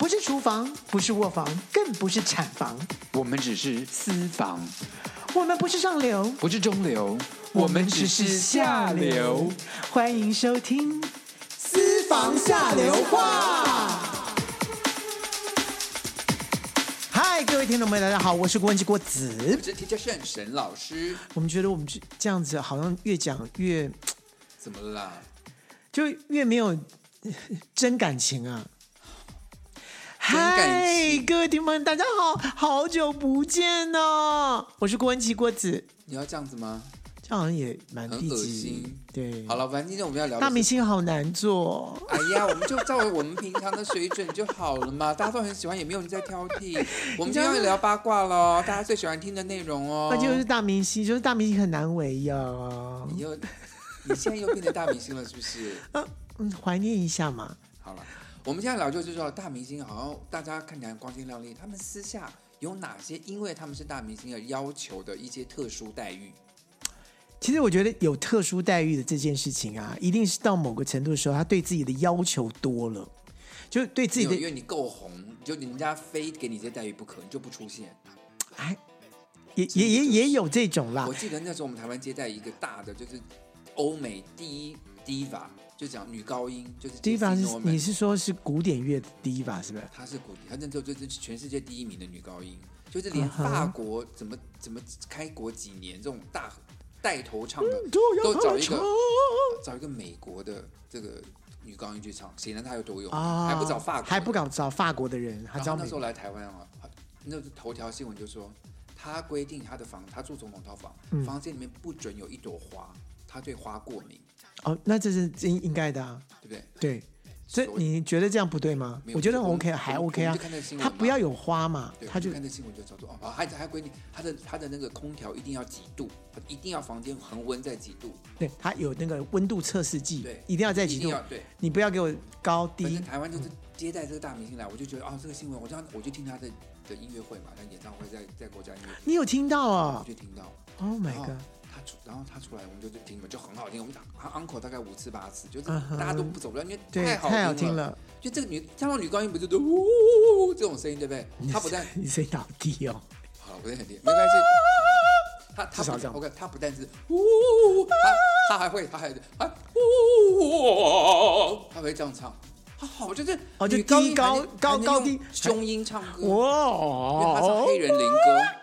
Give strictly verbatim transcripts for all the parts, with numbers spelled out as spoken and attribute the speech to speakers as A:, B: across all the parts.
A: 不是厨房，不是卧房，更不是产房，
B: 我们只是私房，
A: 我们不是上流，
B: 不是中流，我们只是下流。
A: 欢迎收听《私房下流话》。嗨，各位听众朋友，大家好，我是郭文琪郭子，
B: 我是提教圣沈老师。
A: 我们觉得我们这样子好像越讲越
B: 怎么了啦？
A: 就越没有真感情啊！
B: 嗨，
A: 各位听众朋友，大家好，好久不见哦！我是郭文琪郭子。
B: 你要这样子吗？
A: 这样好像也蛮
B: 很恶心。
A: 对，
B: 好了，反正今天我们要聊
A: 大明星好难做。
B: 哎呀，我们就照我们平常的水准就好了嘛，大家都很喜欢，也没有人在挑剔。我们今天要聊八卦咯，大家最喜欢听的内容哦。
A: 那就是大明星，就是大明星很难为呀。
B: 你又，你现在又变成大明星了，是不是？
A: 嗯，怀念一下嘛。
B: 好了。我们现在聊就是说，大明星好像大家看起来光鲜亮丽，他们私下有哪些因为他们是大明星而要求的一些特殊待遇？
A: 其实我觉得有特殊待遇的这件事情啊，一定是到某个程度的时候，他对自己的要求多了，就对自己的，
B: 因为你够红，就人家非给你这些待遇不可，你就不出现。
A: 哎，也也也也有这种啦。
B: 我记得那时候我们台湾接待一个大的，就是欧美第一 diva。就讲女高音，就是
A: diva 是你是说是古典乐的 diva 是不是？
B: 她是古典，她那时候就是全世界第一名的女高音，就是连法国怎么、uh-huh. 怎么开国几年这种大带头唱的，都找一个找一个美国的这个女高音去唱，显然她有多有名， oh, 还不找法国，
A: 还不敢找法国的人，
B: 然后那时候来台湾啊，那头条新闻就说，他规定他的房，他住总统套房，嗯、房间里面不准有一朵花，他对花过敏。
A: 哦，那这是应该的啊，
B: 对不对？
A: 对，所以你觉得这样不对吗？我觉得 OK， 还 OK 啊。他不要有花嘛，他就
B: 看这新闻就叫做哦，还还规定他的他的那个空调一定要几度，一定要房间恒温在几度。
A: 对，他有那个温度测试剂，
B: 对，
A: 一定要在几度。
B: 对，
A: 你不要给我高低。
B: 反正台湾就是接待这个大明星来，我就觉得哦，这个新闻，我这样我就听他的的音乐会嘛，他演唱会在在国家音乐厅。
A: 你有听到啊？
B: 我就听到。
A: Oh my god！
B: 然后他出来，我们就听嘛，就很好听。我们他 uncle 大概五次八次，就是大家都不走了，因为太好听了。太好听了。就这个女，像那女高音不是都呜呜这种声音，对不对？她不但
A: 你声音好低哦。
B: 好了，不是很低，没关系。他他至少OK，他不但是呜，他他还会，他还还呜，他会这样唱。他好，就是
A: 哦，就低高高高低
B: 胸音唱歌。
A: 哇，
B: 因为他是黑人灵歌。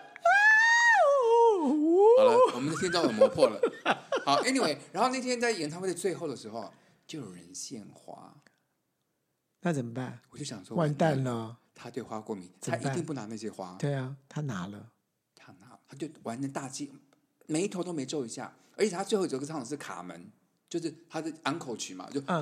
B: 好了，我们的天照有磨破了。好 ，Anyway， 然后那天在演唱会的最后的时候，就有人献花，
A: 那怎么办？
B: 我就想说，
A: 完蛋了，
B: 他对花过敏，他一定不拿那些花。
A: 对啊，他拿了，
B: 他拿，他就玩的大气，眉头都没皱一下，而且他最后一个唱的是卡门，就是他的安口曲嘛，就，嗯、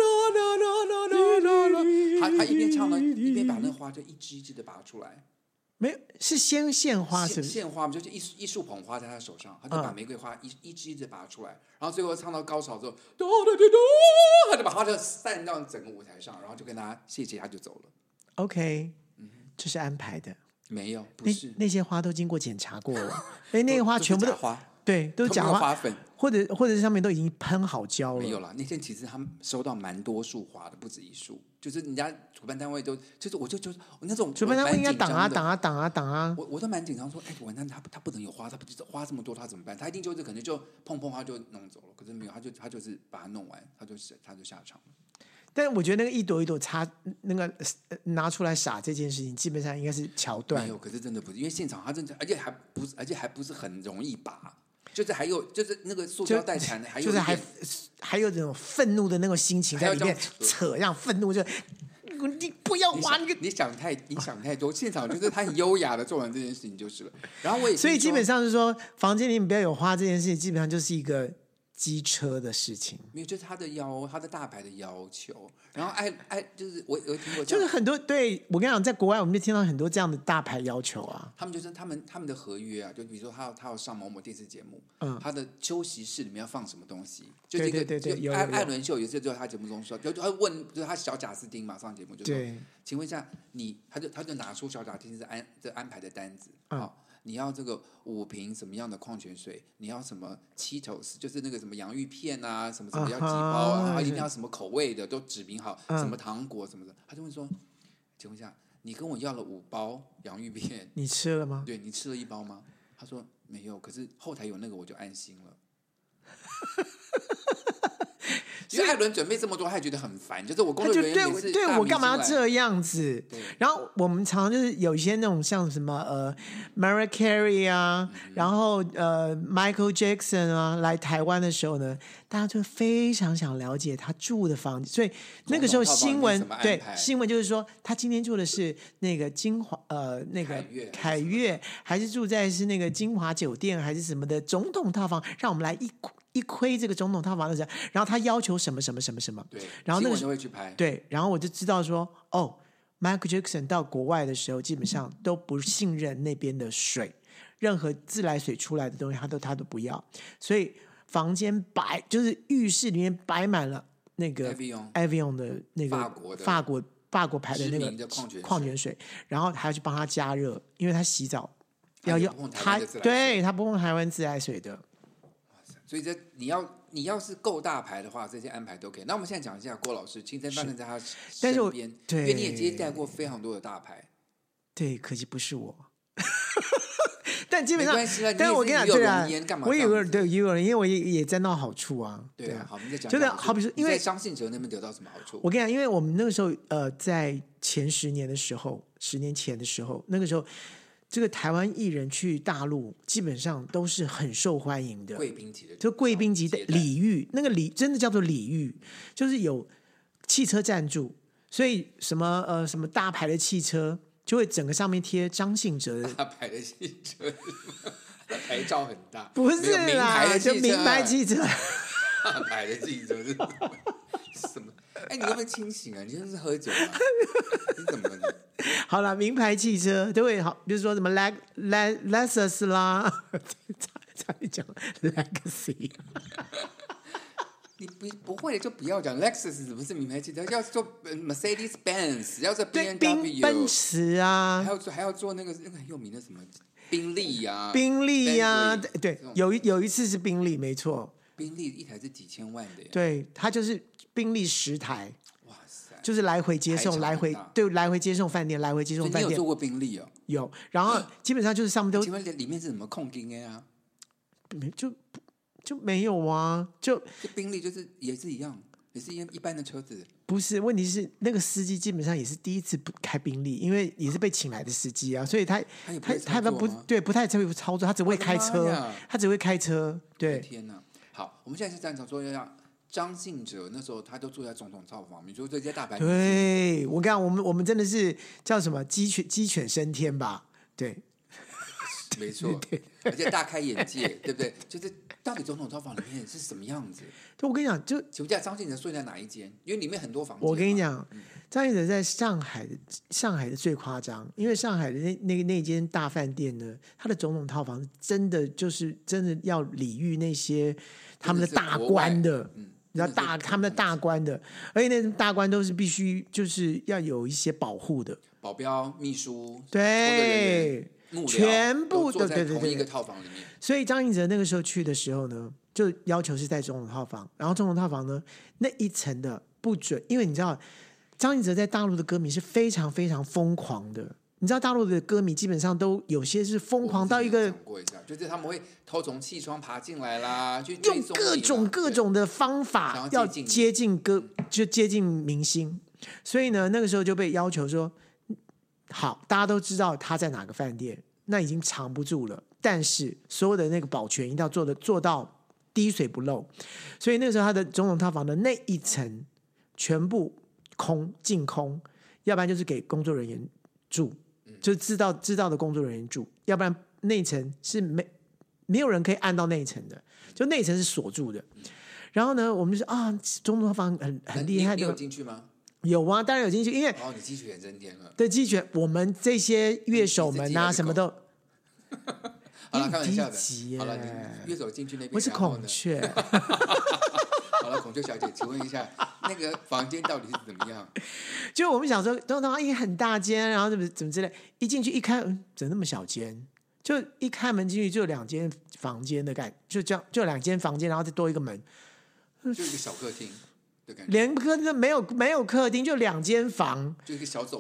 B: 他他一边唱呢，一边把那花就一支一支的拔出来。
A: 没有，是先献花是不是？
B: 献花就是一一束捧花在他手上，他就把玫瑰花一、嗯、一支一支拔出来，然后最后唱到高潮之后，他就把花就散到整个舞台上，然后就跟大家谢谢，他就走了。
A: OK，嗯，这是安排的？
B: 没有，不是
A: 那, 那些花都经过检查过了，所以那个花全部都
B: 假花，
A: 对，都是假花
B: 花粉，
A: 或者或者上面都已经喷好胶了。
B: 没有啦，那天其实他们收到蛮多束花的，不止一束。就是人家主办单位都，就是我就就我那种
A: 主办单位应该挡啊挡啊挡啊挡啊，
B: 我我都蛮紧张，说，哎，完蛋，他他不能有花，他不花这么多，他怎么办？他一定就是可能就碰碰他就弄走了，可是没有，他就他就是把它弄完，他就他就下场了。
A: 但是我觉得那个一朵一朵插那个拿出来撒这件事情，基本上应该是桥段。
B: 没有，可是真的不是，因为现场他真的，而且还不是，而且还不是很容易拔。就是还有，就是那个塑胶袋缠的，还有
A: 就是还还有这种愤怒的那种心情在里面扯，让愤怒就你不要玩你，
B: 你想太你想太多。现场就是他很优雅的做完这件事情就是了。然后我也
A: 所以基本上是说，房间里面不要有花这件事情，基本上就是一个机车的事情。
B: 没有，就是他的要他的大牌的要求。然后爱爱就是我有听过，
A: 就是很多对我跟你讲，在国外我们就听到很多这样的大牌要求啊。
B: 他们就是他们他们的合约啊，就比如说他要他要上某某电视节目，嗯，他的休息室里面要放什么东西，就这个
A: 对对对对，
B: 艾艾伦秀有一次就在他节目中说，就他问就是他小贾斯汀嘛上节目就说，请问一下你，他就他就拿出小贾斯汀是安这安排的单子，嗯。哦你要这个五瓶什么样的矿泉水？你要什么Cheetos，就是那个什么洋芋片啊，什么什么要几包啊，一定要什么口味的都指明好，什么糖果什么的。他就会说， 请问一下，你跟我要了五包洋芋片，
A: 你吃了吗？
B: 对，你吃了一包吗？他说没有，可是后台有那个我就安心了。因为艾伦准备这么多，他也觉得很烦，就是我工作人员每次
A: 对对我干嘛要这样子？然后我们常常就是有一些那种像什么呃 Mariah Carey 啊，嗯、然后呃 Michael Jackson 啊来台湾的时候呢，大家就非常想了解他住的房子，所以那个时候新闻对新闻就是说他今天住的是那个金华呃那个凯悦，还是住在是那个金华酒店还是什么的总统套房，让我们来一。一窥这个总统套房的时候，然后他要求什么什么什么什么，
B: 对，
A: 然后那个
B: 新闻都会去拍，
A: 对，然后我就知道说，哦 ，Michael Jackson 到国外的时候，基本上都不信任那边的水，任何自来水出来的东西，他都他都不要，所以房间摆就是浴室里面摆满了那个 Evian 的那个
B: 法国的
A: 法国法国牌的那个
B: 矿
A: 泉水，然后还要去帮他加热，因为他洗澡要要他对他不碰台湾自来水的。
B: 所以这你要你要是够大牌的话，这些安排都可以。那我们现在讲一下郭老师，青春发生在他身边，因为你也接待过非常多的大牌。
A: 对，可惜不是我。但基本上，
B: 但
A: 是我跟你讲，对啊，我有个对有人，因为我也也沾到好处啊。
B: 对啊，好，我们再讲，
A: 就是好比说，因为
B: 在张信哲那边得到什么好处？
A: 我跟你讲，因为我们那个时候呃，在前十年的时候，十年前的时候，那个时候。这个台湾艺人去大陆基本上都是很受欢迎的，
B: 贵宾级的，
A: 就贵宾级的礼遇，那个礼真的叫做礼遇，就是有汽车赞助，所以什么呃什么大牌的汽车就会整个上面贴张信哲的
B: 大牌的汽车，牌照很大，
A: 不是啦，就名牌汽车，
B: 大牌的汽车是什么？哎，你会不会清醒啊？你真是喝酒啊？你怎么了？
A: 好了，名牌汽车都会好，比如说什么 Le Le Lexus 啦，差点讲 Legacy。
B: 你不不会的就不要讲 Lexus 怎么是名牌汽车，要做 Mercedes Benz， 要做 B M W，
A: 奔驰啊，
B: 还要做还要做那个那个很有名的什么宾利啊，
A: 宾利啊，对，有有一次是宾利，没错，
B: 宾利一台是几千万的耶，
A: 对，它就是宾利十台。
B: 塞，
A: 就是来回接送，来回对来回接送饭店，来回接送饭店。
B: 你有做过宾利哦？
A: 有，然后基本上就是上面都。
B: 请问里面是怎么控金的啊？
A: 没就就没有啊，就
B: 宾利就是也是一样，也是一一般的车子。
A: 不是，问题是那个司机基本上也是第一次开宾利，因为也是被请来的司机啊，所以他
B: 他
A: 他他不对，不太会操作，他只会开车，他只会开车。对，
B: 天哪！好，我们现在是站场说要。张信哲那时候他都住在总统套房，你说这些大牌，
A: 对我跟你讲，我们我们真的是叫什么鸡犬鸡犬升天吧？对，
B: 没错，而且大开眼界，对不对？就是到底总统套房里面是什么样子？
A: 对，我跟你讲，就
B: 请问一下张信哲睡在哪一间？因为里面很多房间。
A: 我跟你讲，张信哲在上海的上海的最夸张，因为上海的那那那间大饭店呢，它的总统套房真的就是真的要礼遇那些他们的大官的。你知道大他们的大官的，而且那大官都是必须就是要有一些保护的，
B: 保镖、秘书，
A: 对，全部
B: 都在同一个套房里面。
A: 所以张信哲那个时候去的时候呢，就要求是在总统套房，然后总统套房呢那一层的不准，因为你知道张信哲在大陆的歌迷是非常非常疯狂的。你知道大陆的歌迷基本上都有些是疯狂到一个，
B: 讲过一下，就是他们会偷从气窗爬进来啦，去
A: 用各种各种的方法要接近歌，就接近明星。所以呢，那个时候就被要求说，好，大家都知道他在哪个饭店，那已经藏不住了。但是所有的那个保全一定要做的做到滴水不漏。所以那个时候他的总统套房的那一层全部空净空，要不然就是给工作人员住。就知道知道的工作人员住，要不然内层是没没有人可以按到内层的，就内层是锁住的。然后呢，我们就说啊，总统套房很很厉害的。
B: 你有进去吗？
A: 有啊，当然有进去，因为
B: 哦，你鸡犬升天了。
A: 对，鸡犬，我们这些乐手们啊，什么都。
B: 好了，开玩笑的。好了，乐手进去那边，
A: 我是孔雀。
B: 好了，孔雀小姐，请问一下，那个房间到底是怎么样？
A: 就我们想说，总统套房一很大间，然后怎么怎么之类，一进去一开，嗯，怎么那么小间？就一开门进去就两间房间的感觉，就这样，就两间房间，然后再多一个门，
B: 就一个小客厅的感觉，
A: 连客厅没有，没有客厅，就两间房，
B: 就一个小走廊啊。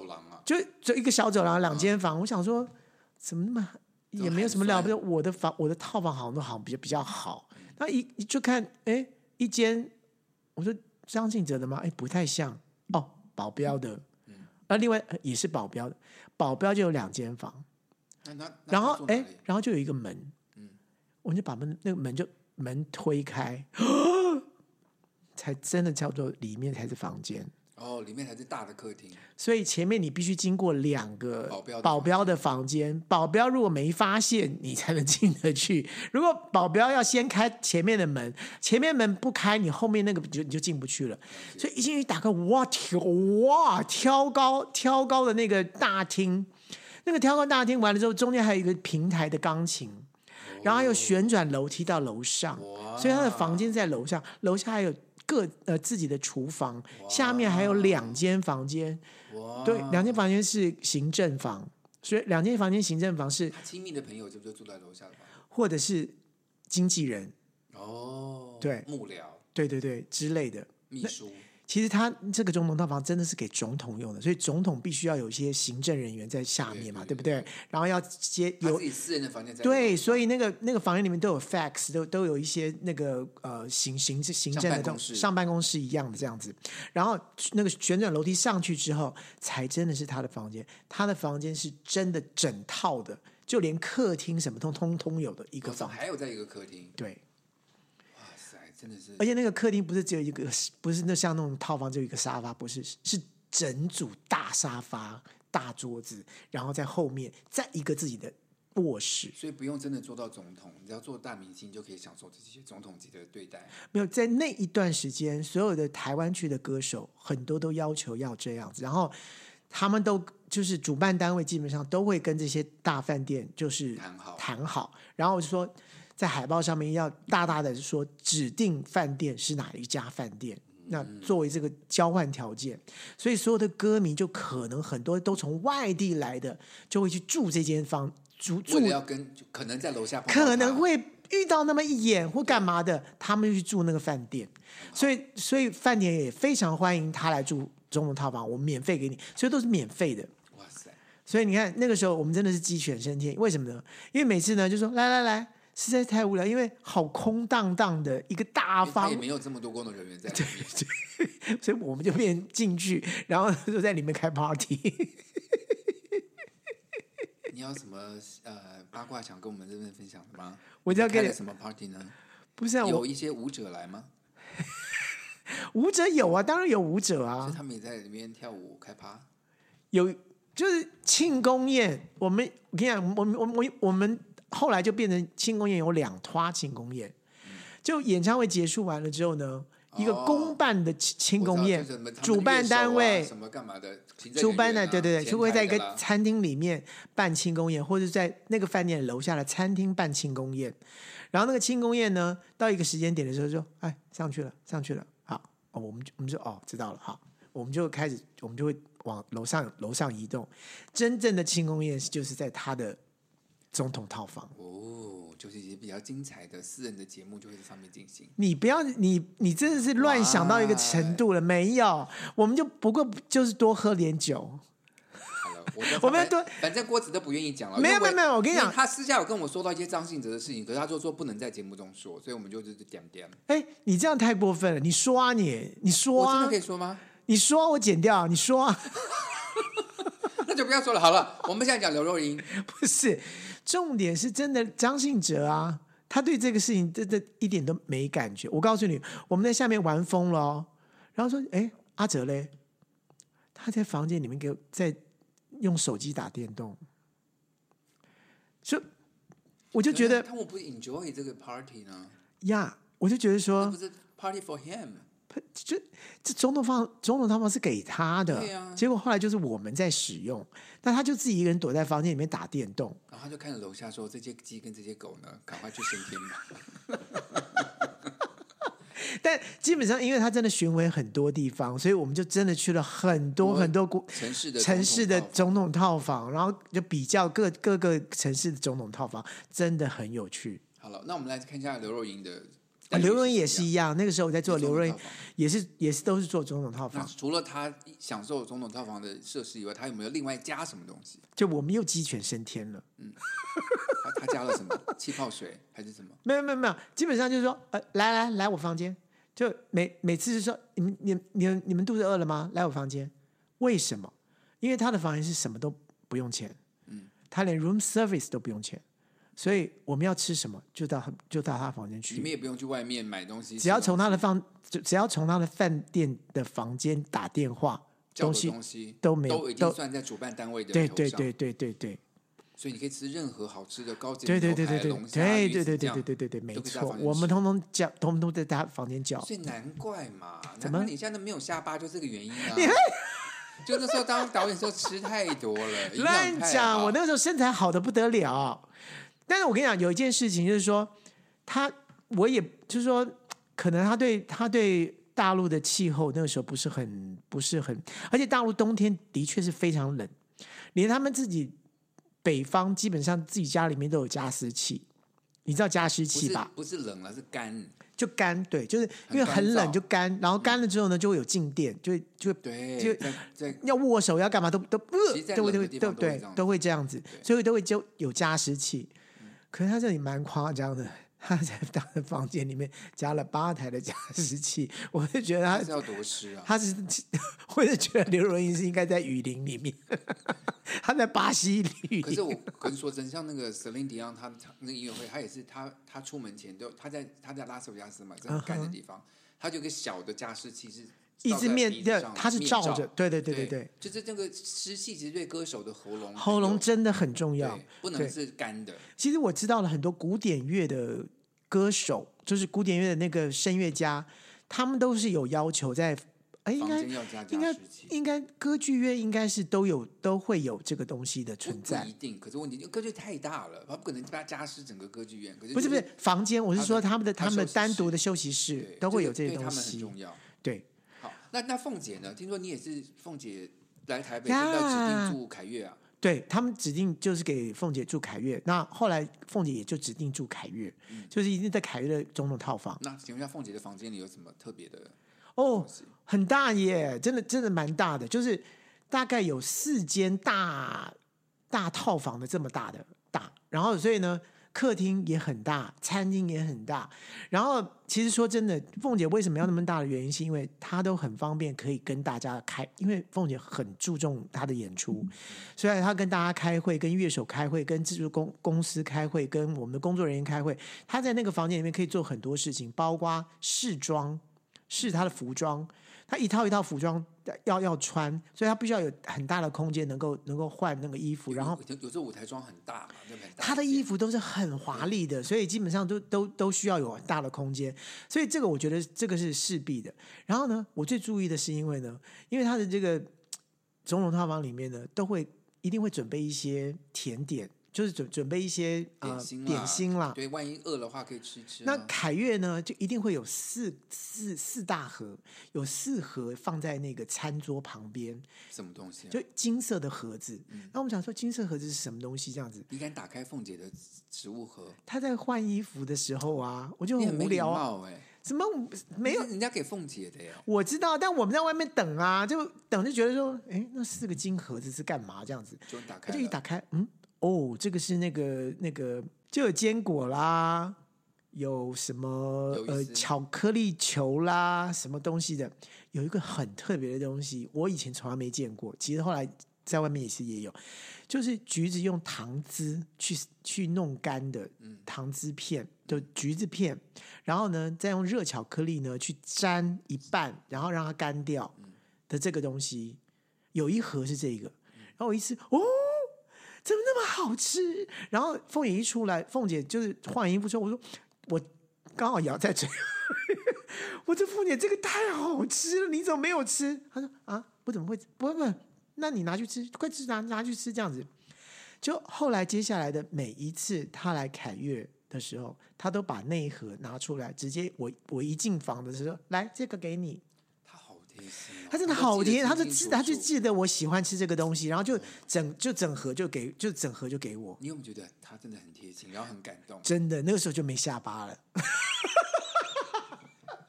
A: 就就一个小走廊两间房、嗯，我想说怎么那么也没有什么了不起，我的房我的套房好像都好像比较比较好。那一就看哎一间，我说张信哲的吗？哎不太像哦，保镖的。嗯，那另外也是保镖的，保镖就有两间房，
B: 那那
A: 然后哎然后就有一个门，嗯，我就把门那个门就门推开，才真的叫做里面才是房间。
B: 哦，里面才是大的客厅，
A: 所以前面你必须经过两个
B: 保镖
A: 保镖的房间，保镖如果没发现你才能进得去。如果保镖要先开前面的门，前面门不开，你后面那个你就你就进不去了。所以一进去打开，哇挑哇挑高挑高的那个大厅，那个挑高大厅完了之后，中间还有一个平台的钢琴，然后还有旋转楼梯到楼上，所以他的房间在楼上，楼下还有各呃自己的厨房，下面还有两间房间，对，两间房间是行政房，所以两间房间行政房是
B: 他亲密的朋友，就不就住在楼下的吧？
A: 或者是经纪人
B: 哦，
A: 对，
B: 幕僚，
A: 对对对之类的
B: 秘书。
A: 其实他这个总统套房真的是给总统用的，所以总统必须要有一些行政人员在下面嘛， 对, 对, 对, 对不对？然后要接有
B: 自己私人的房间在，
A: 对，所以那个那个房间里面都有 fax， 都都有一些那个呃行行行政的上办公室一样的这样子。然后那个旋转楼梯上去之后，才真的是他的房间。他的房间是真的整套的，就连客厅什么通通通有的一个房间，
B: 还有在一个客厅，
A: 对。
B: 真的是，
A: 而且那个客厅不是只有一个，不是那像那种套房只有一个沙发，不是，是整组大沙发、大桌子，然后在后面再一个自己的卧室。
B: 所以不用真的做到总统，只要做大明星就可以享受这些总统级的对待。
A: 没有，在那一段时间，所有的台湾区的歌手很多都要求要这样子，然后他们都就是主办单位基本上都会跟这些大饭店就是
B: 谈好，
A: 谈好，然后就说。在海报上面要大大的说指定饭店是哪一家饭店，那作为这个交换条件，所以所有的歌迷就可能很多都从外地来的，就会去住这间房，住住
B: 为了要跟可能在楼下碰到
A: 可能会遇到那么一眼或干嘛的，他们就去住那个饭店，所以所以饭店也非常欢迎他来住总统套房，我们免费给你，所以都是免费的。
B: 哇塞！
A: 所以你看那个时候我们真的是鸡犬升天，为什么呢？因为每次呢就说来来来。实在太无聊，因为好空荡荡的一个大房，
B: 也没有这么多工作人员在里
A: 面，所以我们就变进去，然后就在里面开 party。
B: 你有什么呃八卦想跟我们这边分享的吗？
A: 我要
B: 开了什么 party 呢？
A: 不是、啊、
B: 有一些舞者来吗？
A: 舞者有啊，当然有舞者啊，
B: 所以他们也在里面跳舞开趴。
A: 有就是庆功宴，我们我跟你讲，我们我们我们。后来就变成庆功宴有两摊庆功宴，就演唱会结束完了之后呢，一个公办的庆功宴，主办单位
B: 什么干嘛的，
A: 主办的对对对，就会在一个餐厅里面办庆功宴，或者在那个饭店楼下的餐厅办庆功宴。然后那个庆功宴呢，到一个时间点的时候就，哎，上去了，上去了，好，哦，我们我们就哦知道了，好，我们就开始，我们就会往楼上楼上移动。真正的庆功宴就是在他的总统套房
B: 哦，就是一些比较精彩的私人的节目就会在上面进行。
A: 你不要，你你真的是乱想到一个程度了，没有，我们就不过就是多喝点酒。
B: 好了，我,
A: 我们多，
B: 反正郭子都不愿意讲了。
A: 没有没有没有，我跟你讲，
B: 他私下有跟我说到一些张信哲的事情，可是他就说不能在节目中说，所以我们就就是点点。
A: 哎，你这样太过分了，你说啊你，你说啊，
B: 我真的可以说吗？
A: 你说、啊，我剪掉，你说啊。
B: 那就不要说了，好了，我们现在讲刘若英，
A: 不是。重点是真的张信哲啊，他对这个事情真的一点都没感觉。我告诉你，我们在下面玩疯了、哦，然后说，哎，阿哲嘞，他在房间里面给我在用手机打电动，所以我就觉得
B: 他我不 enjoy 这个 party 呢？
A: 呀，我就觉得说，
B: 不是 party for him。
A: 就这总统房总统套房是给他的、
B: 啊，
A: 结果后来就是我们在使用，那他就自己一个人躲在房间里面打电动，
B: 然后他就看着楼下说：“这些鸡跟这些狗呢，赶快去升天吧。”
A: 但基本上，因为他真的巡回很多地方，所以我们就真的去了很多很多
B: 城市的
A: 城市的总统套房，然后就比较各各个城市的总统套房，真的很有趣。
B: 好了，那我们来看一下刘若英的
A: 刘润也是一样，那个时候我在做刘润，也是也是都是做总统套房。
B: 除了他享受总统套房的设施以外，他有没有另外加什么东西？
A: 就我们又鸡犬升天了。嗯，
B: 他, 他加了什么？气泡水还是什么？
A: 没有没有没有，基本上就是说，呃，来来来我房间，就每每次是说，你们你你们你们肚子饿了吗？来我房间。为什么？因为他的房间是什么都不用钱，嗯，他连 room service 都不用钱。所以我们要吃什么，就到就到他房间去。
B: 你们也不用去外面买东西，
A: 只要从他的房，只要从他的饭店的房间打电话，
B: 东西东西
A: 都没有，
B: 都已经算在主办单位的头
A: 上。
B: 上。
A: 对对对对对对。
B: 所以你可以吃任何好吃的高级
A: 对对对对对
B: 龙虾、
A: 对对对对对对对对，没错，我们通通叫，通通在他房间叫。
B: 所以难怪嘛，
A: 怎么
B: 你现在都没有下巴，就这个原因啊。就那时候当导演的时候吃太多了，
A: 乱讲！我那个时候身材好的不得了。但是我跟你讲，有一件事情就是说，他我也就是说，可能他对他对大陆的气候那个时候不是很不是很，而且大陆冬天的确是非常冷，连他们自己北方基本上自己家里面都有加湿器，你知道加湿器吧？
B: 不是, 不是冷了，是干，
A: 就干，对，就是因为很冷就干，然后干了之后呢，就会有静电，就就
B: 对，
A: 就要握手要干嘛都都
B: 呃，
A: 都会都对都会这样子，所以都会就有加湿器。可是他这里蛮夸张的，他在他的房间里面加了八台的加湿器，我就觉得他
B: 是要多湿啊！
A: 他是，我是觉得刘若英是应该在雨林里面，他在巴西雨林。
B: 可是我跟你说真，像那个 Celine Dion 他那个音乐会，他也是他他出门前都他在他在拉斯维加斯嘛，在很干的地方， uh-huh. 他就有个小的加湿器是。
A: 一直面对，他是照着，对对对对对，
B: 就是这个湿气其实对歌手的喉咙，
A: 喉咙真的很重要，
B: 不能是干的。
A: 其实我知道了很多古典乐的歌手，就是古典乐的那个声乐家，他们都是有要求在，哎，应该应该应该歌剧乐应该是都有都会有这个东西的存在，
B: 不一定。可是问题，歌剧太大了，他不可能把它加湿整个歌剧院。可是
A: 不是不是房间，我是说他们的他们的单独的休息室都会有这些东西，
B: 对他们很重要。
A: 对。
B: 好，那那凤姐呢？听说你也是凤姐来台北，要指定住凯悦啊？
A: 对，他们指定就是给凤姐住凯悦，那后来凤姐也就指定住凯悦，嗯、就是一定在凯悦的总统套房。
B: 那请问一下，凤姐的房间里有什么特别的？
A: 哦，很大耶，真的真的蛮大的，就是大概有四间大大套房的这么大的大，然后所以呢。客厅也很大，餐厅也很大。然后，其实说真的，凤姐为什么要那么大的原因，是因为她都很方便可以跟大家开，因为凤姐很注重她的演出，所以她跟大家开会，跟乐手开会，跟制作公公司开会，跟我们的工作人员开会。她在那个房间里面可以做很多事情，包括试装、试她的服装。他一套一套服装要要穿，所以他必须要有很大的空间，能够能够换那个衣服。然后
B: 有有时候舞台装很大嘛，对不对？
A: 他的衣服都是很华丽的，所以基本上都都都需要有很大的空间。所以这个我觉得这个是势必的。然后呢，我最注意的是因为呢，因为他的这个总统套房里面呢，都会一定会准备一些甜点。就是准准备一些
B: 呃点心,
A: 点心啦，
B: 对，万一饿的话可以吃一吃、啊。
A: 那凯悦呢，就一定会有四四四大盒，有四盒放在那个餐桌旁边。
B: 什么东西、啊？
A: 就金色的盒子。嗯、那我们想说，金色盒子是什么东西？这样子，
B: 你敢打开凤姐的食物盒？
A: 她在换衣服的时候啊，我就很无聊啊。
B: 哎、欸，
A: 怎么没有？
B: 人家给凤姐的呀。
A: 我知道，但我们在外面等啊，就等就觉得说，哎，那四个金盒子是干嘛？这样子，
B: 就打开，
A: 就一打开，嗯。哦，这个是那个那个，就有坚果啦，有什么呃巧克力球啦，什么东西的，有一个很特别的东西，我以前从来没见过。其实后来在外面也是也有，就是橘子用糖汁去去弄干的糖汁片，就橘子片，然后呢再用热巧克力呢去沾一半，然后让它干掉的这个东西，有一盒是这个，然后我一吃，哦。怎么那么好吃？然后凤姐一出来，凤姐就是换完衣服之后，我说我刚好咬在嘴，我说凤姐这个太好吃了，你怎么没有吃？她说啊，我怎么会？不不，那你拿去吃，快吃拿拿去吃这样子。就后来接下来的每一次她来凯悦的时候，她都把那一盒拿出来，直接我我一进房的时候，来这个给你。他真的好贴，他就记，他就记得我喜欢吃这个东西，然后就整就整盒就给，就整盒就给我。
B: 你有没有觉得他真的很贴心，然后很感动？
A: 真的，那个时候就没下巴了。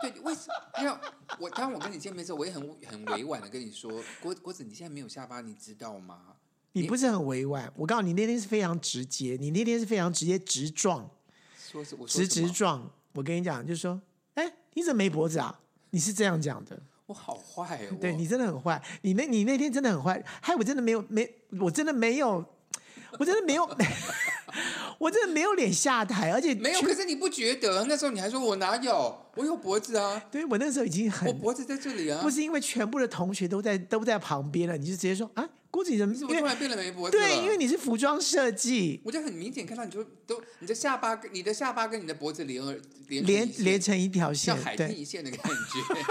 B: 对，为什么？没有我，当我跟你见面的时候，我也很很委婉的跟你说，郭郭子，你现在没有下巴，你知道吗？
A: 你不是很委婉，我告诉你，那天是非常直接，你那天是非常直接直撞，
B: 说是我
A: 直直撞。我跟你讲，就是说，哎，你怎么没脖子啊？你是这样讲的。
B: 我好坏哦，
A: 对你真的很坏，你那你那天真的很坏，害我真的没有没，我真的没有，我真的没有。我真的没有脸下台，而且
B: 没有。可是你不觉得那时候你还说我哪有？我有脖子啊！
A: 对，我那时候已经很，
B: 我脖子在这里啊！
A: 不是因为全部的同学都在都在旁边了，你就直接说啊，郭子你怎么？
B: 你怎么突然变得没脖子了？
A: 对，因为你是服装设计，
B: 我就很明显看到你就都你的下巴跟你的下巴跟你的脖子连连
A: 连连成一条线，
B: 像海天一线的感觉。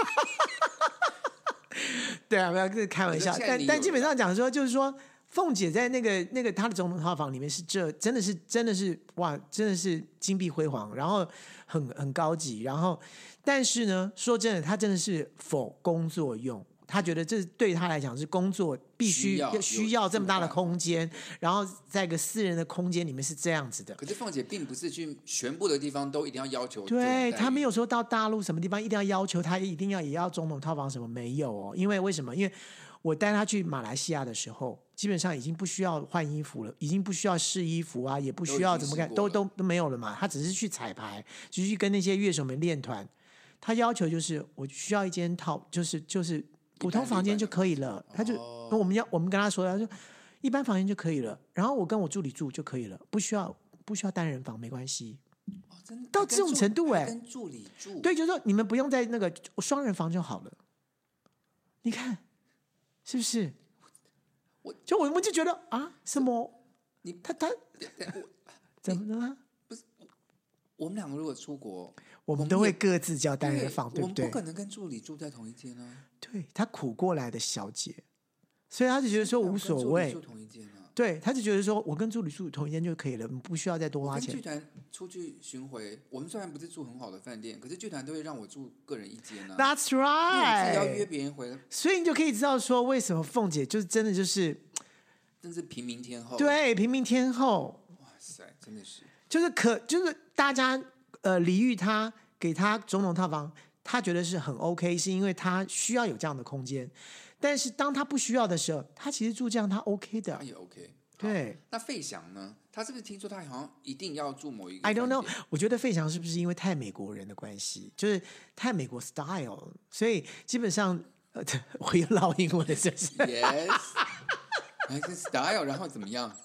A: 对啊，不要开玩笑，但但基本上讲说就是说。凤姐在那个那个她的总统套房里面是这真的是真的是哇真的是金碧辉煌，然后很很高级，然后但是呢说真的，她真的是否工作用，她觉得这对她来讲是工作必须
B: 需要
A: 需要这么大的空间，然后在一个私人的空间里面是这样子的。
B: 可是凤姐并不是去全部的地方都一定要要求，
A: 对，她没有说到大陆什么地方一定要要求她一定要也要总统套房什么，没有哦。因为为什么？因为我带她去马来西亚的时候，基本上已经不需要换衣服了，已经不需要试衣服啊，也不需要怎么干，都都都没有了嘛。他只是去彩排，只是去跟那些乐手们练团。他要求就是我需要一间套，就是就是普通房间就可以了。他就、哦、我们要我们跟他说，他说一般房间就可以了，然后我跟我助理住就可以了，不需要不需要单人房，没关系。
B: 哦、真的
A: 到这种程度哎、欸，
B: 跟助理住，
A: 对，就是说你们不用在那个双人房就好了。你看是不是？我就我们就觉得啊，什么？你他他怎么了？
B: 不是，我们两个如果出国，
A: 我们都会各自叫单人房， 对, 对不对？
B: 我们不可能跟助理住在同一间啊。
A: 对，他苦过来的小姐，所以他就觉得说无所谓。
B: 住同一间啊。
A: 对，他就觉得说我跟助理住同一间就可以了，不需要再多花钱。
B: 我跟剧团出去巡回，我们虽然不是住很好的饭店，可是剧团都会让我住个人一间啊。
A: That's right，
B: 自己要约别人回来，
A: 所以你就可以知道说为什么凤姐就是真的就是，
B: 真是平民天后。
A: 对，平民天后。
B: 哇塞，真的是，
A: 就是可就是大家呃礼遇她，给她总统套房，她觉得是很 OK， 是因为她需要有这样的空间。但是当他不需要的时候，他其实住这样他 OK 的，
B: 他也 OK。
A: 对，
B: 那费翔呢？他是不是听说他好像一定要住某一个
A: ？I don't know。我觉得费翔是不是因为太美国人的关系，就是太美国 style， 所以基本上呃，我又唠英文了，是不是
B: ？Yes， 还是 style， 然后怎么样？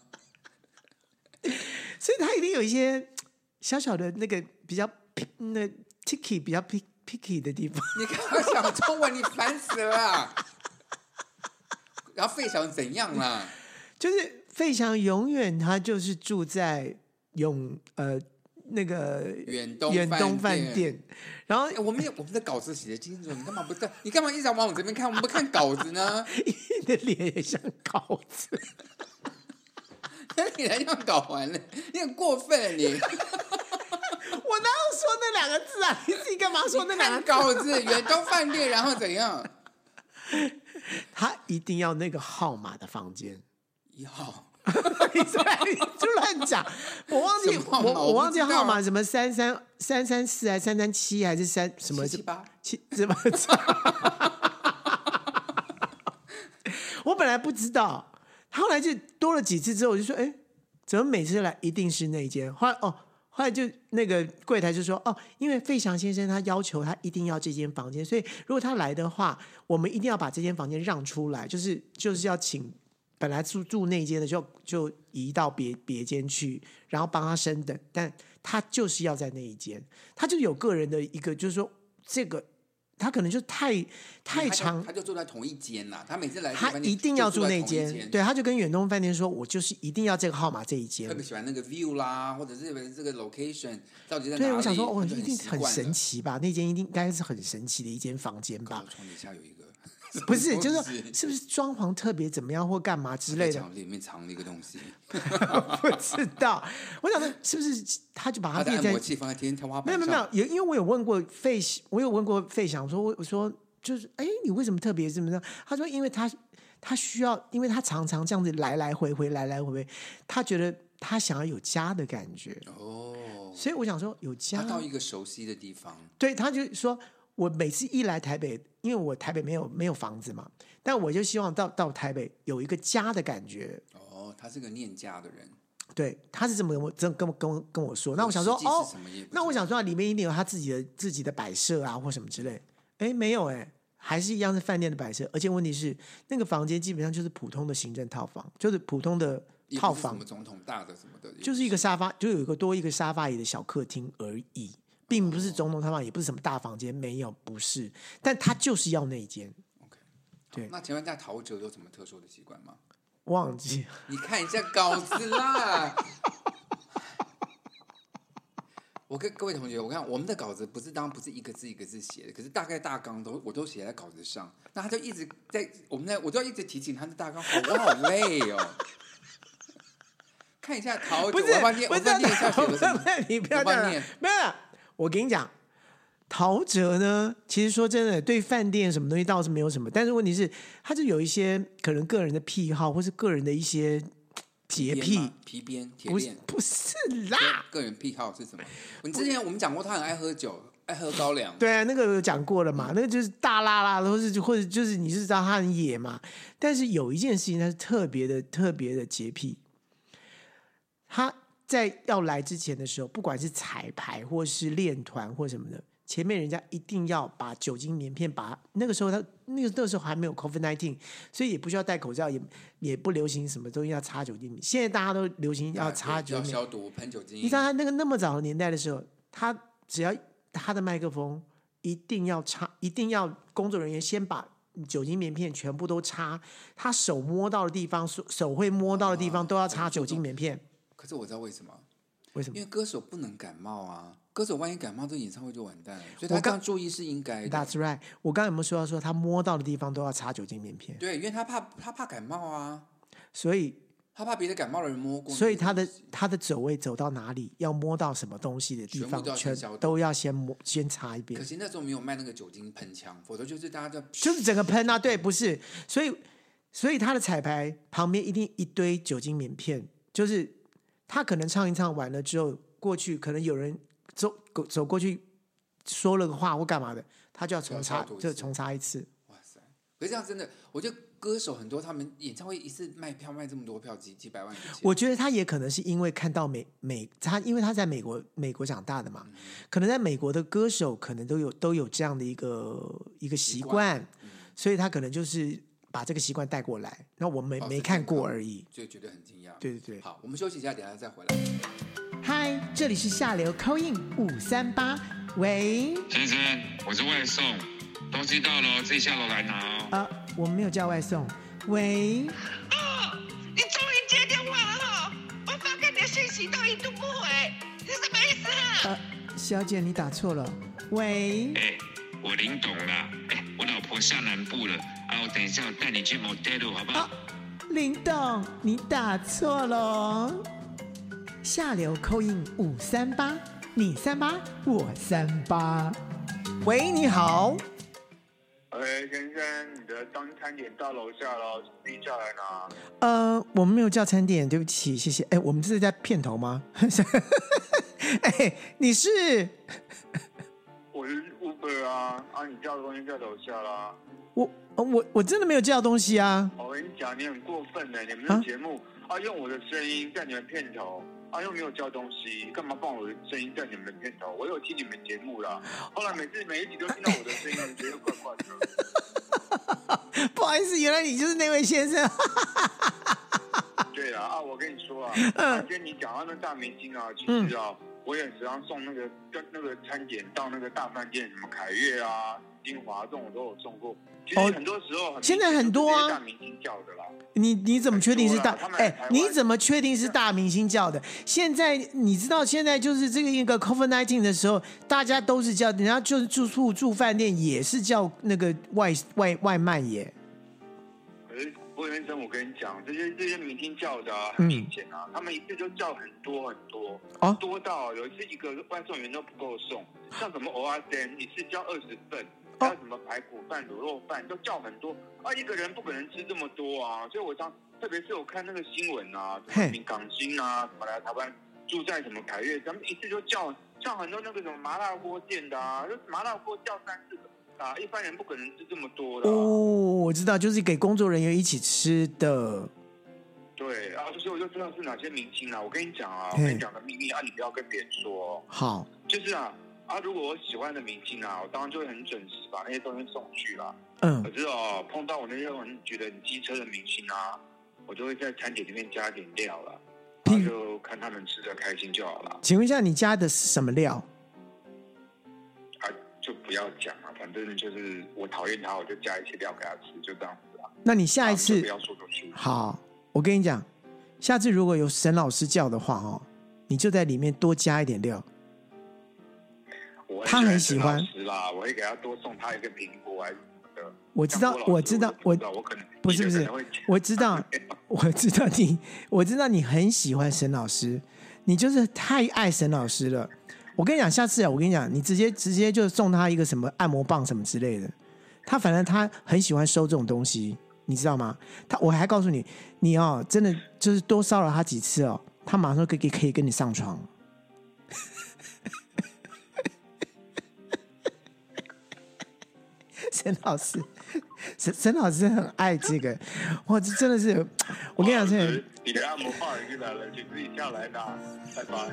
A: 所以他一定有一些小小的那个比较那 ticky 比较 picky 的地方。
B: 你刚刚讲中文，你烦死了。然后费翔怎样啦？
A: 就是费翔永远他就是住在永呃那个
B: 远东
A: 远东饭店，然后、
B: 欸、我们有我们的稿子写的清楚，你干嘛不在？你干嘛一直往我这边看？我们不看稿子呢？
A: 你的脸也像稿子，
B: 那你来用稿完了，你很过分啊你！
A: 我哪有说那两个字啊？你自己干嘛说那两个字？
B: 稿子远东饭店，然后怎样？
A: 他一定要那个号码的房间，
B: 一号，
A: 你就乱讲，我忘记我我忘记号码，什么三三三三四还是三三七还是三什么
B: 七七八
A: 七怎么？我本来不知道，后来就多了几次之后，我就说，哎，怎么每次来一定是那一间？后来哦。后来就那个柜台就说哦，因为费翔先生他要求他一定要这间房间，所以如果他来的话，我们一定要把这间房间让出来，就是就是要请本来住住那间的就就移到别别间去，然后帮他升等，但他就是要在那一间，他就有个人的一个就是说这个。他可能就太太长，
B: 他就住在同一间啦。他每次来，
A: 他一定要住那间，对，他就跟远东饭店说：“我就是一定要这个号码这一间。”
B: 特别喜欢那个 view 啦，或者是这个 location 到底在哪里？
A: 对，我想说，哦，一定很神奇吧？那间一定应该是很神奇的一间房间吧？
B: 床底下有一个，
A: 不是，就是是不是装潢特别怎么样或干嘛之类的？
B: 里面藏了一个东西，
A: 不知道。我想说，是不是他就把它
B: 按摩器放在天天花板上？
A: 没有没有没有，因为我有问过费，我有问过费翔说，我说就是哎，你为什么特别这么样？他说，因为他他需要，因为他常常这样子来来回回，来来回回，他觉得他想要有家的感觉。哦，所以我想说，有家
B: 他到一个熟悉的地方，
A: 对，他就说。 我每次一来台北，因为我台北没有没有房子嘛，但我就希望到到台北有一个家的感觉。
B: 哦，他是个念家的人。
A: 对，他是这么跟我跟跟跟跟我说。那我想说，哦，那我想说，里面一定有他自己的自己的摆设啊，或什么之类。哎，没有哎，还是一样是饭店的摆设，而且问题是，那个房间基本上就是普通的行政套房，就是普通的套房，
B: 什么总统大的什么的，
A: 就是一个沙发，就有一个多一个沙发椅的小客厅而已。并不是总统套房，也不是什么大房间，没有，不是，但他就是要那一间。
B: OK， 对。那请问一下，陶喆有什么特殊的习惯吗？
A: 忘记，
B: 你看一下稿子啦。我跟各位同学，我看我们的稿子不是当然不是一个字一个字写的，可是大概大纲都我都写在稿子上。那他就一直在我们在，我都要一直提醒他的大纲，我好累哦。看一下陶喆，
A: 不是，
B: 我帮念，我帮念一下写的什么？
A: 你不要这样，没有。我跟你讲，陶喆呢，其实说真的，对饭店什么东西倒是没有什么，但是问题是，他就有一些可能个人的癖好，或是个人的一些洁癖。
B: 皮鞭、铁
A: 链，不是啦。
B: 个人癖好是什么？你之前我们讲过，他很爱喝酒，爱喝高粱。
A: 对啊，那个有讲过了嘛，那个就是大拉拉的，或是或者就是你是知道他很野嘛。但是有一件事情，他是特别的、特别的洁癖，他。在要来之前的时候，不管是彩排或是练团或什么的，前面人家一定要把酒精棉片把那个时候他那个那个时候还没有 COVID 十九， 所以也不需要戴口罩，也也不流行什么东西要擦酒精。现在大家都流行要擦酒精，
B: 要消毒喷酒精。
A: 你知道他那个那么早的年代的时候，他只要他的麦克风一定要擦，一定要工作人员先把酒精棉片全部都擦，他手摸到的地方，手会摸到的地方都要擦酒精棉片。
B: 可是我知道为什么？
A: 为什么？
B: 因为歌手不能感冒啊！歌手万一感冒，这演唱会就完蛋了。所以他这样注意是应该的。
A: That's right。我刚才有没有说到说他摸到的地方都要擦酒精棉片？
B: 对，因为他怕他怕感冒啊，
A: 所以
B: 他怕别的感冒的人摸过。
A: 所以他的他的走位走到哪里，要摸到什么东西的地方，全都要先摸先擦一遍。
B: 可惜那时候没有卖那个酒精喷枪，否则就是大家就
A: 就是整个喷啊，对，不是，所以所以他的彩排旁边一定一堆酒精棉片，就是。他可能唱一唱完了之后，过去可能有人走走过去说了个话或干嘛的，他就要重擦，就重擦一次。
B: 哇塞！可是这样真的，我觉得歌手很多，他们演唱会一次卖票卖这么多票，几几百万。
A: 我觉得他也可能是因为看到美美他，因为他在美国美国长大的嘛，嗯、可能在美国的歌手可能都有都有这样的一个一个习惯，嗯、所以他可能就是把这个习惯带过来。那我没、哦、没看过而已，
B: 就觉得很惊讶。
A: 对对对，
B: 好，我们休息一下，等一下再回来。
A: 嗨，这里是下流 call in 五三八，喂，
C: 先生，我是外送，东西到了自己下楼来拿哦。
A: 啊，我们没有叫外送。喂，
D: 哦，你终于接电话了哈、哦！我发给你的信息都一度不回，你什么意思啊？
A: 呃，小姐，你打错了。喂，
C: 哎、欸，我林董啦，哎、欸，我老婆下南部了，啊，我等一下我带你去 motel 好不好？啊
A: 林董，你打错了，下流扣印五三八，你三八，我三八。喂，你好。
E: 喂，先生，你的当餐点到楼下了，自己下来拿。
A: 呃，我们没有叫餐点，对不起，谢谢。哎，我们这是在片头吗？哎，你是？
E: 我是 Uber 啊，啊，你叫的东西在楼下啦。
A: 我我我真的没有叫东西啊！
E: 我跟你讲，你很过分的，你们的节目 啊, 啊，用我的声音在你们片头，啊，又没有叫东西，干嘛放我的声音在你们的片头？我有听你们节目啦，后来每次每一集都听到我的声音，你觉得怪怪的。
A: 不好意思，原来你就是那位先生。
E: 对啦，啊，我跟你说啊，今天你讲到那大明星啊，其实啊，嗯、我也时常送那个那个餐点到那个大饭店，什么凯悦啊、金华这种我都有送过。其实很多时候，
A: 哦、现在很多啊，
E: 大明星叫的啦。
A: 你你怎么确定是大？哎，你怎么确定是大明星叫的？现在你知道，现在就是这个一个 COVID 十九 的时候，大家都是叫，人家就是住宿住饭店也是叫那个外外外卖耶。
E: 可是郭先生，我跟你讲，这些这些明星叫的啊，很明显啊，嗯、他们一次就叫很多很多，哦、多到有一次一个外送员都不够送，像什么蚵仔煎，一次叫二十份。还有什么排骨饭、卤肉饭都叫很多啊，一个人不可能吃这么多啊，所以我常特别是我看那个新闻啊，什么港星啊，什么来台湾住在什么凯悦，咱们一次就叫叫很多那个什么麻辣锅店的啊，就麻辣锅叫三四个， 啊，一般人不可能吃这么多的、啊。
A: 哦，我知道，就是给工作人员一起吃的。
E: 对，然后就是我就知道是哪些明星啊。我跟你讲啊，我跟你讲个秘密啊，你不要跟别人说。
A: 好。
E: 就是啊啊，如果我喜欢的明星啊，我当然就会很准时把那些东西送去啦。
A: 嗯。
E: 可是哦，碰到我那些很觉得很机车的明星啊，我就会在餐点里面加点料了，然后就看他们吃得开心就好了。
A: 请问一下，你加的是什么料？
E: 啊，就不要讲了，反正就是我讨厌他，我就加一些料给他吃，就这样子啊。
A: 那你下一次
E: 不要说出去。
A: 好，我跟你讲，下次如果有沈老师叫的话哦，你就在里面多加一点料。他很喜欢
E: 啦，我会给他多送他一个苹果还是什么的。
A: 我知道，我知道，我
E: 我可能
A: 不是不是，我知道，我知道你，我知道你很喜欢沈老师，你就是太爱沈老师了。我跟你讲，下次啊，我跟你讲，你直接直接就送他一个什么按摩棒什么之类的。他反正他很喜欢收这种东西，你知道吗？他我还告诉你，你哦，真的就是多骚扰他几次哦，他马上可以可以跟你上床。沈老师，沈沈老师很爱这个，哇，这真的是，我跟你讲，这个
E: 你的按摩棒已经来了，请自己下来拿，拜拜。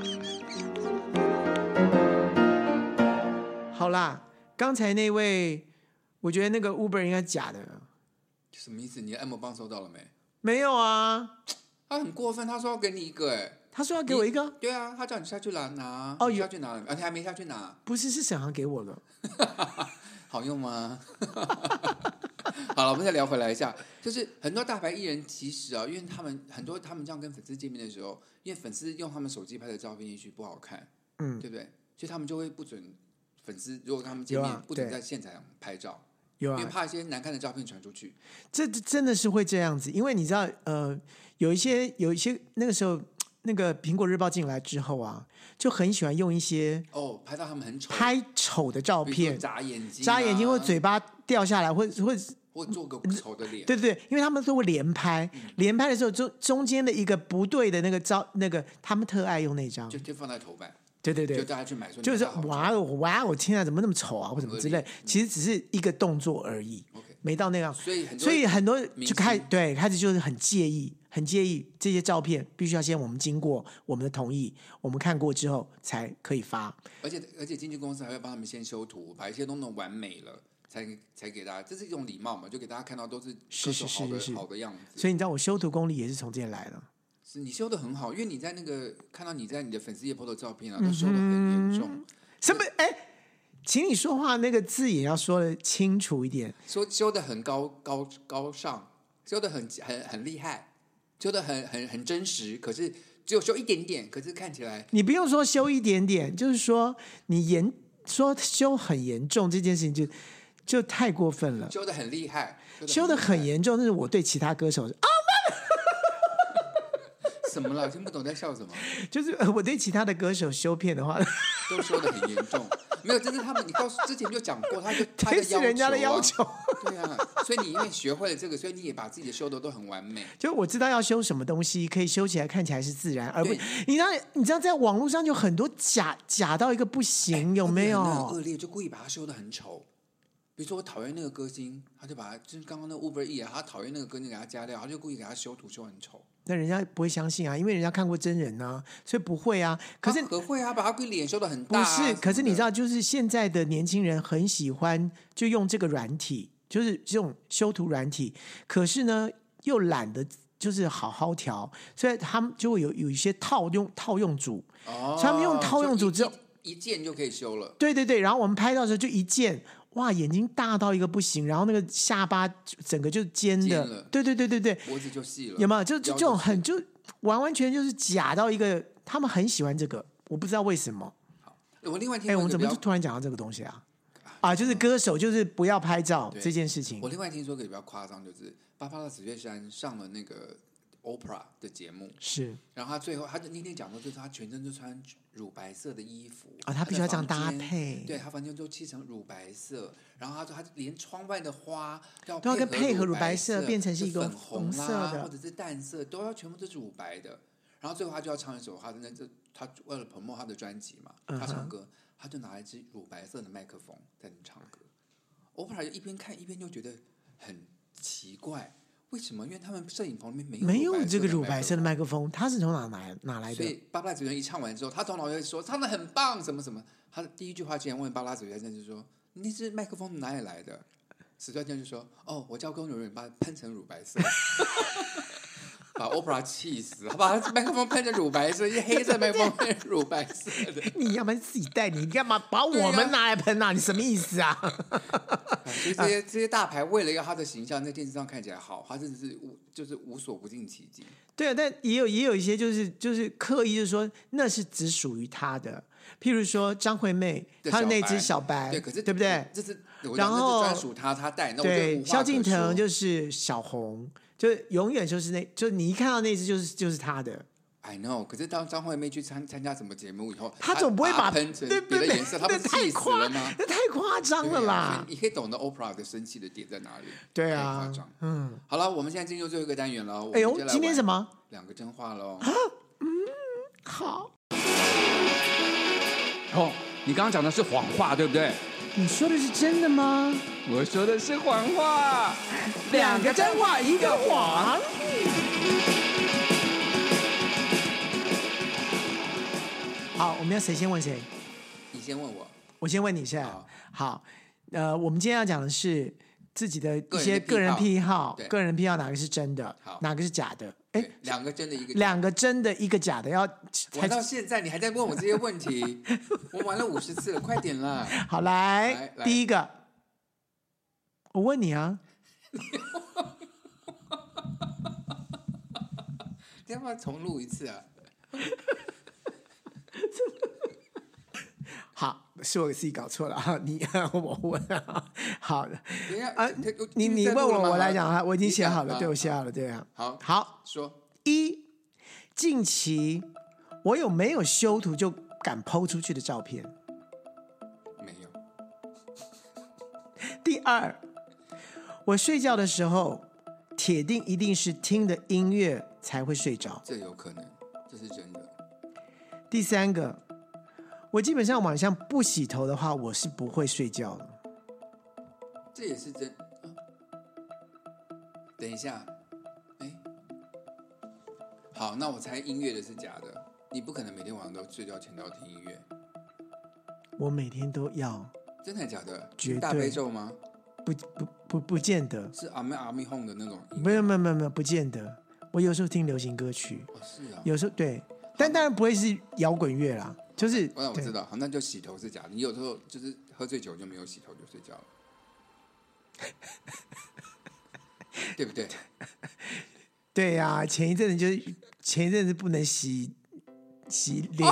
A: 好啦，刚才那位，我觉得那个 Uber 应该假的。
B: 什么意思？你的按摩棒收到了没？
A: 没有啊，
B: 他很过分，他说要给你一个、欸，哎，
A: 他说要给我一个，
B: 对啊，他叫你下去拿拿，
A: 哦，
B: 下去拿，而且还没下去拿，
A: 不是，是沈航给我的。
B: 好用吗？好了，我们再聊回来一下，就是很多大牌艺人其实啊，因为他们很多他们这样跟粉丝见面的时候，因为粉丝用他们手机拍的照片也许不好看，嗯，对不对？所以他们就会不准粉丝，如果跟他们见面，啊、不准在现场拍照，有啊，因为怕一些难看的照片传出去。
A: 这真的是会这样子，因为你知道，呃，有一些有一些那个时候。那个苹果日报进来之后啊，就很喜欢用一些
B: 哦拍到他们很丑、
A: 拍丑的照片，
B: 眨眼睛、啊、
A: 眨眼睛或嘴巴掉下来，或或
B: 或做个丑的脸，
A: 对对对，因为他们都会连拍，嗯、连拍的时候中中间的一个不对的那个照，那个他们特爱用那张，
B: 就就放在头版，
A: 对对对，
B: 就大家去买，
A: 就是说哇哦哇哦，天啊，怎么那么丑啊，或什么之类，其实只是一个动作而已，
B: okay,
A: 没到那样，
B: 所以很多
A: 所以很多就开对开始就是很介意。很介意这些照片必须要先我们经过我们的同意，我们看过之后才可以发。
B: 而且而且经纪公司还会帮他们先修图，把一些都弄完美了，才才给大家，这是一种礼貌嘛，就给大家看到都是
A: 是是是是是
B: 好的样子。
A: 所以你知道我修图功力也是从这里来的。
B: 是你修的很好，因为你在那个看到你在你的粉丝页 po 的照片啊，都修的很严重。嗯、
A: 什么？哎，请你说话那个字也要说的清楚一点。
B: 说修的很高高高尚，修的很很很厉害。修的很很很真实，可是只有修一点点，可是看起来
A: 你不用说修一点点，就是说你严说修很严重这件事情就就太过分了。
B: 修的很厉害，
A: 修的很严重，那是我对其他歌手啊，
B: 什么了？听不懂在笑什么？
A: 就是我对其他的歌手修片的话，
B: 都修的很严重。没有，这是他们，你告诉之前就讲过，他就他的
A: 要求、啊，人家的要求。
B: 对啊，所以你因为学会了这个，所以你也把自己的修的都很完美。
A: 就我知道要修什么东西，可以修起来看起来是自然，而不你知道你知道在网络上就很多假假到一个不行，欸、有没有？
B: 很恶劣，就故意把它修的很丑。比如说我讨厌那个歌星，他就把他就是刚刚那 Uber E 啊，他讨厌那个歌星给他加料，他就故意给他修图修很丑。
A: 那人家不会相信啊，因为人家看过真人啊，所以不会啊。可是
B: 可会啊，把他脸修得很大、啊。
A: 不是，可是你知道，就是现在的年轻人很喜欢就用这个软体，就是这种修图软体。可是呢，又懒得就是好好调，所以他们就会有有一些套用套用组。哦，所以他们用套用组之后
B: 一键就可以修了。
A: 对对对，然后我们拍到的时候就一键。哇，眼睛大到一个不行，然后那个下巴整个就尖的，对对对对对，
B: 脖子就细了，
A: 有没有？就就这种很就完完全就是假到一个，他们很喜欢这个，我不知道为什么。
B: 好，我另外听，
A: 哎，我们怎么就突然讲到这个东西啊？啊，就是歌手就是不要拍照这件事情。
B: 我另外听说个比较夸张，就是芭芭拉史翠珊上了那个 Oprah 的节目，
A: 是，
B: 然后他最后他那天讲说，就是他全身就穿乳白色的衣服
A: 啊，他必须要这样搭配，
B: 对他房间都漆成乳白色，然后他说他连窗外的花
A: 要都要跟配合乳白色变成是一个
B: 粉红
A: 色的，
B: 或者是淡色，都要全部都是乳白的。然后最后他就要唱一首他的那这他为了 promote 他的专辑嘛，他唱歌，他就拿了一支乳白色的麦克风在那唱歌。 Oprah 一边看一边就觉得很奇怪，为什么？因为他们摄影棚里面没有
A: 没有这个乳白色的麦克风，他是从哪来哪来的？
B: 所以巴拉子元一唱完之后，他头脑就说唱的很棒，什么什么。他的第一句话竟然问巴拉子元先生说：“那支麦克风哪里来的？”史专家就说：“哦，我叫工作人员把它喷成乳白色。”把 Oprah 气死，他把麦克风喷成乳白色，一黑色麦克风喷成乳白色的。
A: 你要不然自己带你，你干嘛把我们拿来喷啊？你什么意思啊？
B: 所以这些这些大牌为了要他的形象在电视上看起来好，他真的是无就是无所不尽其极。
A: 对啊，但也有也有一些就是就是刻意就是说那是只属于他的，譬如说张惠妹她的那只小白，
B: 对，可是
A: 对不对？
B: 这是
A: 然后
B: 专属他，他戴。
A: 对，萧敬腾就是小红。就永远就是那，就你一看到那只就是就是他的。
B: I know， 可是当张惠妹去参参加什么节目以后，
A: 他总不会把
B: 喷成别的颜色，他不是气死了吗？
A: 那太夸张了啦！
B: 啊、你可以懂得 Oprah 的生气的点在哪里。
A: 对啊，
B: 太夸张。
A: 嗯，
B: 好了，我们现在进入最后一个单元了。
A: 哎呦，今天什么？
B: 两个真话喽。
A: 嗯，好。
B: 哦，你刚刚讲的是谎话，对不对？
A: 你说的是真的吗？
B: 我说的是谎话，
A: 两个真话一个谎。好，我们要谁先问谁？
B: 你先问我，
A: 我先问你先。好，好，呃，我们今天要讲的是自己的一些个人癖好，个人癖好哪个是真的，哪个是假的？哎，
B: 两个真的，一个
A: 两个真的，一个假的，要
B: 玩到现在你还在问我这些问题，我玩了五十次了，快点啦！
A: 好，来，来第一个，我问你啊，
B: 要不要重录一次啊？
A: 好，是我自己搞错了啊！你我问啊，好的，
B: 等一下
A: 啊，你你问我，我来讲啊，我已经写好了，对我写好了，对啊，
B: 好，
A: 好
B: 说
A: 一，近期我有没有修图就敢 po 出去的照片？
B: 没有。
A: 第二，我睡觉的时候，铁定一定是听的音乐才会睡着，
B: 这有可能，这是真的。
A: 第三个。我基本上晚上不洗头的话，我是不会睡觉的。
B: 这也是真。啊、等一下，哎，好，那我猜音乐的是假的。你不可能每天晚上都睡觉前都要听音乐。
A: 我每天都要。
B: 真的假的？
A: 绝对。
B: 大悲咒吗？
A: 不不不不见得。
B: 是阿妹阿妹哄的那种。
A: 没有没有没有没有，不见得。我有时候听流行歌曲。
B: 哦，是啊。
A: 有时候对，但当然不会是摇滚乐啦。就是，
B: 那我知道，好，那就洗头是假的。你有时候就是喝醉酒就没有洗头就睡觉了，对不对？
A: 对呀、啊，前一阵子就是前一阵子不能洗洗脸，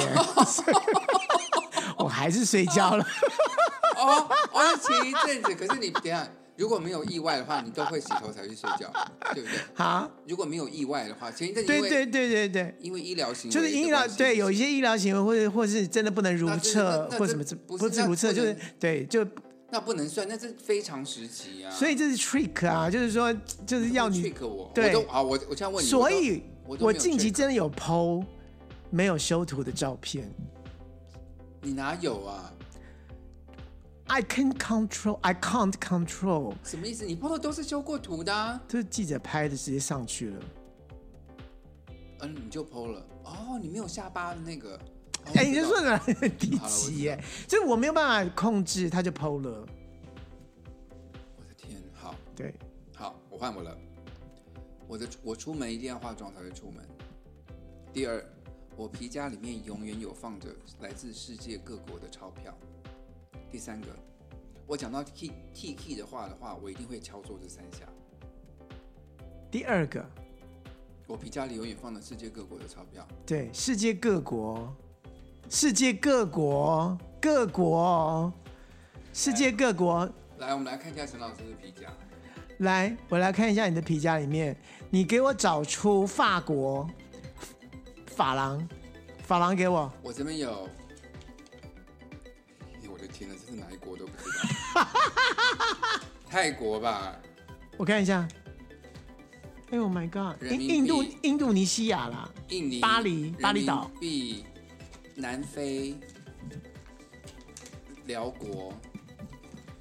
A: 我还是睡觉了。
B: 哦哦，前一阵子，可是你等一下。如果没有意外的话，你都会洗头才去睡觉，对不对？
A: 好，
B: 如果没有意外的话，前一阵
A: 对对对对对，
B: 因为医疗行为
A: 就是医疗对有一些医疗行为，或者或是真的不能如厕，或什么不是如厕，就是对就
B: 那不能算，那是非常时期啊。
A: 所以这是 trick 啊，就是说就是要你
B: trick 我，
A: 对，
B: 我好，我我这样问你，
A: 所以
B: 我
A: 我近期真的有 po 没有修图的照片，
B: 你哪有啊
A: ？I can control, I can't control。
B: 什么意思？你 po 的都是修过图的啊？
A: 这是记者拍的，直接上去了。
B: 嗯，你就 po 了。哦，你没有下巴的那个。
A: 哎、哦，你就说呢？低级耶！这我没有办法控制，他就 po 了。
B: 我的天，好，
A: 对，
B: 好，我换我了。我的我出门一定要化妆才会出门。第二，我皮夹里面永远有放着来自世界各国的钞票。第三个，我讲到 T T K 的话的话，我一定会敲桌子三下。
A: 第二个，
B: 我皮夹里永远放着世界各国的钞票。
A: 对，世界各国，世界各国，各国，世界各国。
B: 来，我们来看一下陈老师的皮夹。
A: 来，我来看一下你的皮夹里面，你给我找出法国法郎，法郎给我。
B: 我这边有。天哪，这是哪一国都不知道。泰国吧？
A: 我看一下。哎呦 ，My God！ 印度、印度尼西亚啦，
B: 印尼、
A: 巴黎、巴厘岛、
B: 币、南非、辽国、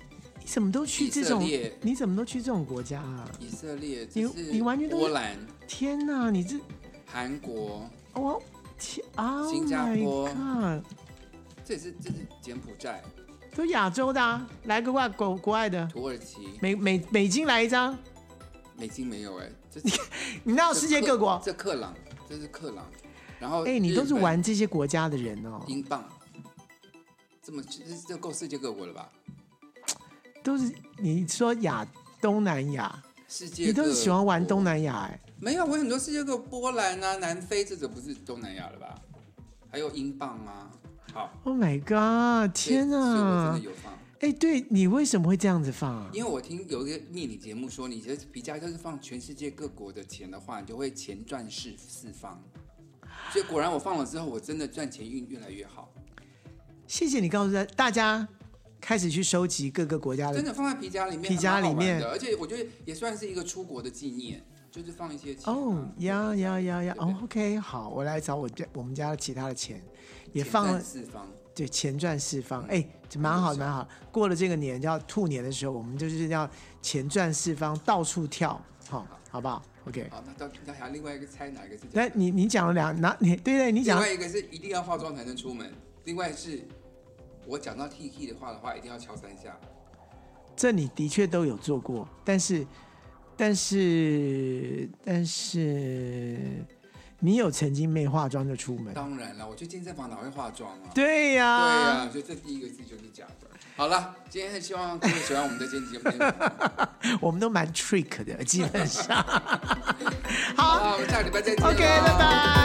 A: 怎么都去这种？你怎么都去这种国家啊？
B: 以色列，
A: 你你完全都
B: 波兰。
A: 天哪，你这
B: 韩国，
A: 哦天啊，
B: 新加坡，
A: oh、
B: 这也是这是柬埔寨，
A: 都亚洲的、啊，来个外国国外的，
B: 土耳其，
A: 美美美金来一张，
B: 美金没有哎、欸，这
A: 你你哪有世界各国？
B: 这克朗，这是克朗，然后
A: 哎、欸，你都是玩这些国家的人哦，
B: 英镑，这么这这够世界各国了吧？
A: 都是你说亚东南亚，
B: 世界
A: 你都是喜欢玩东南亚哎、欸。
B: 没有，我很多世界各国，波兰啊、南非，这种不是东南亚了吧？还有英镑啊，好。
A: Oh my god！ 天啊！
B: 所以我真的有放。
A: 哎、欸，对你为什么会这样子放啊？
B: 因为我听有一个命理节目说，你觉得皮夹克是放全世界各国的钱的话，你就会钱赚四四方。所以果然我放了之后，我真的赚钱运越来越好。
A: 谢谢你告诉大家。开始去收集各个国家的，
B: 真的放在皮夹里面，
A: 皮夹里面，
B: 而且我觉得也算是一个出国的纪念，就是放一些钱、啊。
A: 哦呀呀呀呀！哦 ，OK， 好，我来找我家我们家其他的钱，也放了
B: 四方，
A: 对，钱赚四方，哎、欸，蛮好蛮好。过了这个年叫兔年的时候，我们就是要钱赚四方，到处跳，好，好不好 ？OK。
B: 好，那到那还有另外一个猜哪一个是？
A: 那你你讲了两，那你对对，你讲
B: 另外一个是一定要化妆才能出门，另外是。我讲到 T T 的话的话，一定要敲三下。
A: 这你的确都有做过，但是，但是，但是，你有曾经没化妆就出门？
B: 当然了，我去健身房哪会化妆啊？
A: 对呀、啊，
B: 对呀、啊，所以这第一个字就是假的。好了，今天很希望各位喜欢我们的这期节目。
A: 我们都蛮 trick 的，基本上。
B: 好，我们下个礼拜再见。
A: OK， 拜拜。